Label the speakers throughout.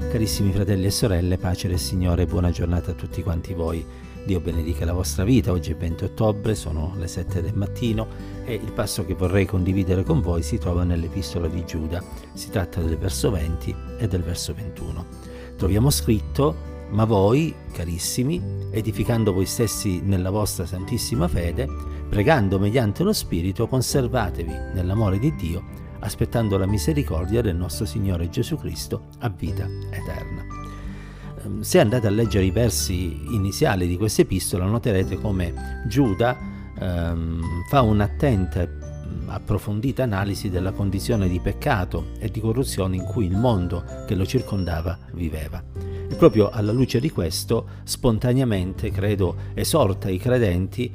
Speaker 1: Carissimi fratelli e sorelle, pace del Signore, buona giornata a tutti quanti voi. Dio benedica la vostra vita. Oggi è 20 ottobre, sono le 7 del mattino e il passo che vorrei condividere con voi si trova nell'Epistola di Giuda. Si tratta del verso 20 e del verso 21. Troviamo scritto: ma voi, carissimi, edificando voi stessi nella vostra santissima fede, pregando mediante lo Spirito, conservatevi nell'amore di Dio, aspettando la misericordia del nostro Signore Gesù Cristo a vita eterna. Se andate a leggere i versi iniziali di questa epistola, noterete come Giuda fa un'attenta e approfondita analisi della condizione di peccato e di corruzione in cui il mondo che lo circondava viveva. E proprio alla luce di questo, spontaneamente, credo, esorta i credenti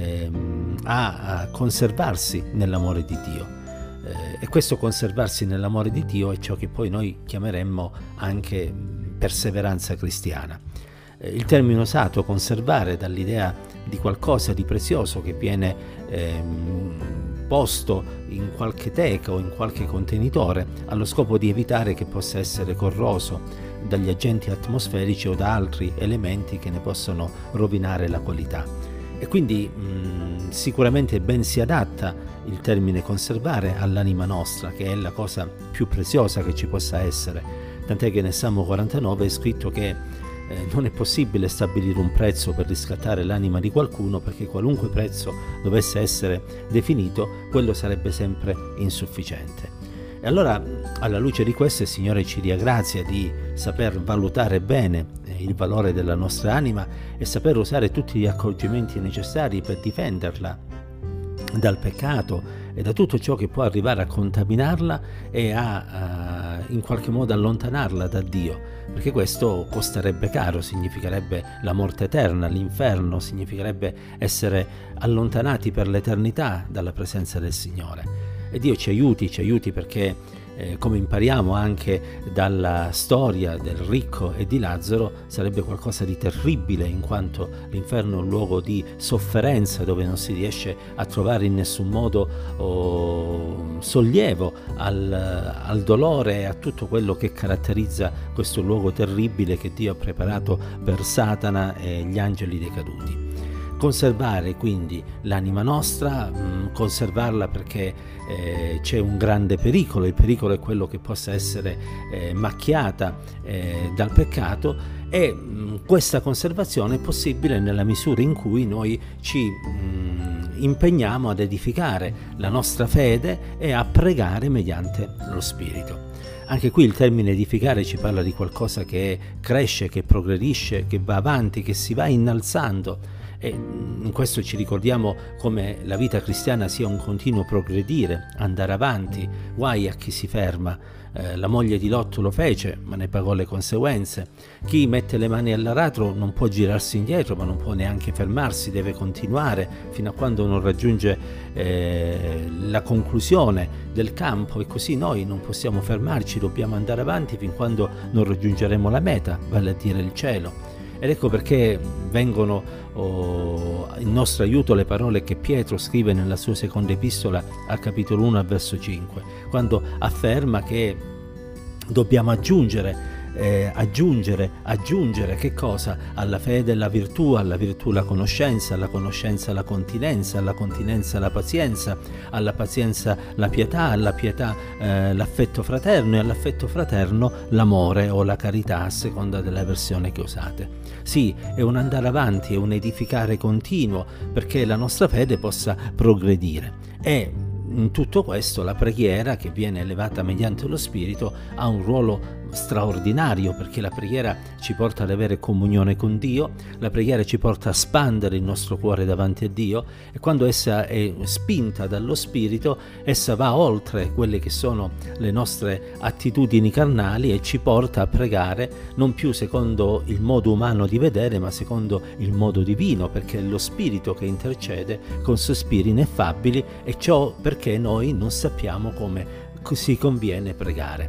Speaker 1: a conservarsi nell'amore di Dio. E questo conservarsi nell'amore di Dio è ciò che poi noi chiameremmo anche perseveranza cristiana. Il termine usato, conservare, dall'idea di qualcosa di prezioso che viene posto in qualche teca o in qualche contenitore allo scopo di evitare che possa essere corroso dagli agenti atmosferici o da altri elementi che ne possono rovinare la qualità. E quindi sicuramente ben si adatta il termine conservare all'anima nostra, che è la cosa più preziosa che ci possa essere, tant'è che nel Salmo 49 è scritto che non è possibile stabilire un prezzo per riscattare l'anima di qualcuno, perché qualunque prezzo dovesse essere definito, quello sarebbe sempre insufficiente. E allora, alla luce di questo, il Signore ci dia grazia di saper valutare bene il valore della nostra anima e saper usare tutti gli accorgimenti necessari per difenderla dal peccato e da tutto ciò che può arrivare a contaminarla e a in qualche modo allontanarla da Dio, perché questo costerebbe caro, significherebbe la morte eterna, l'inferno, significherebbe essere allontanati per l'eternità dalla presenza del Signore. E Dio ci aiuti perché come impariamo anche dalla storia del ricco e di Lazzaro, sarebbe qualcosa di terribile, in quanto l'inferno è un luogo di sofferenza dove non si riesce a trovare in nessun modo sollievo al dolore e a tutto quello che caratterizza questo luogo terribile che Dio ha preparato per Satana e gli angeli decaduti. Conservare quindi l'anima nostra, conservarla perché c'è un grande pericolo. Il pericolo è quello che possa essere macchiata dal peccato, e questa conservazione è possibile nella misura in cui noi ci impegniamo ad edificare la nostra fede e a pregare mediante lo Spirito. Anche qui il termine edificare ci parla di qualcosa che cresce, che progredisce, che va avanti, che si va innalzando. E in questo ci ricordiamo come la vita cristiana sia un continuo progredire, andare avanti, guai a chi si ferma. La moglie di Lot lo fece, ma ne pagò le conseguenze. Chi mette le mani all'aratro non può girarsi indietro, ma non può neanche fermarsi, deve continuare fino a quando non raggiunge la conclusione del campo, e così noi non possiamo fermarci, dobbiamo andare avanti fin quando non raggiungeremo la meta, vale a dire il cielo. Ed ecco perché vengono in nostro aiuto le parole che Pietro scrive nella sua seconda epistola al capitolo 1 al verso 5, quando afferma che dobbiamo aggiungere che cosa? Alla fede la virtù, alla virtù la conoscenza, alla conoscenza la continenza, alla continenza la pazienza, alla pazienza la pietà, alla pietà l'affetto fraterno, e all'affetto fraterno l'amore o la carità, a seconda della versione che usate. Sì, è un andare avanti, è un edificare continuo perché la nostra fede possa progredire. E in tutto questo la preghiera, che viene elevata mediante lo Spirito, ha un ruolo straordinario, perché la preghiera ci porta ad avere comunione con Dio, la preghiera ci porta a spandere il nostro cuore davanti a Dio, e quando essa è spinta dallo Spirito, essa va oltre quelle che sono le nostre attitudini carnali e ci porta a pregare non più secondo il modo umano di vedere, ma secondo il modo divino, perché è lo Spirito che intercede con sospiri ineffabili, e ciò perché noi non sappiamo come si conviene pregare.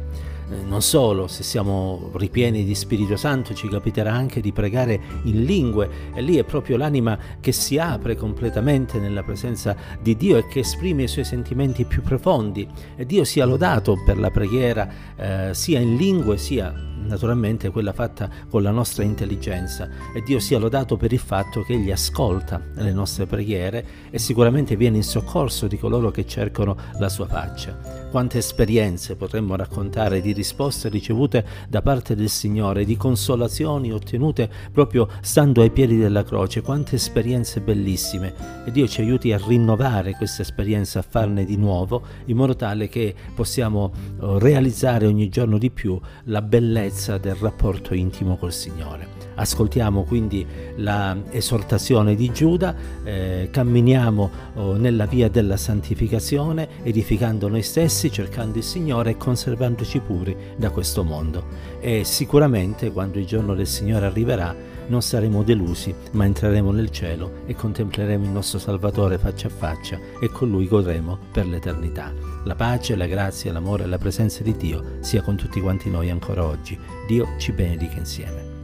Speaker 1: Non solo, se siamo ripieni di Spirito Santo ci capiterà anche di pregare in lingue, e lì è proprio l'anima che si apre completamente nella presenza di Dio e che esprime i suoi sentimenti più profondi. E Dio sia lodato per la preghiera sia in lingue sia naturalmente quella fatta con la nostra intelligenza, e Dio sia lodato per il fatto che Egli ascolta le nostre preghiere e sicuramente viene in soccorso di coloro che cercano la sua faccia. Quante esperienze potremmo raccontare di risposte ricevute da parte del Signore, di consolazioni ottenute proprio stando ai piedi della croce, quante esperienze bellissime, e Dio ci aiuti a rinnovare questa esperienza, a farne di nuovo, in modo tale che possiamo realizzare ogni giorno di più la bellezza del rapporto intimo col Signore. Ascoltiamo quindi la esortazione di Giuda, camminiamo nella via della santificazione, edificando noi stessi, cercando il Signore e conservandoci puri da questo mondo. E sicuramente quando il giorno del Signore arriverà non saremo delusi, ma entreremo nel cielo e contempleremo il nostro Salvatore faccia a faccia, e con Lui godremo per l'eternità. La pace, la grazia, l'amore e la presenza di Dio sia con tutti quanti noi ancora oggi. Dio ci benedica insieme.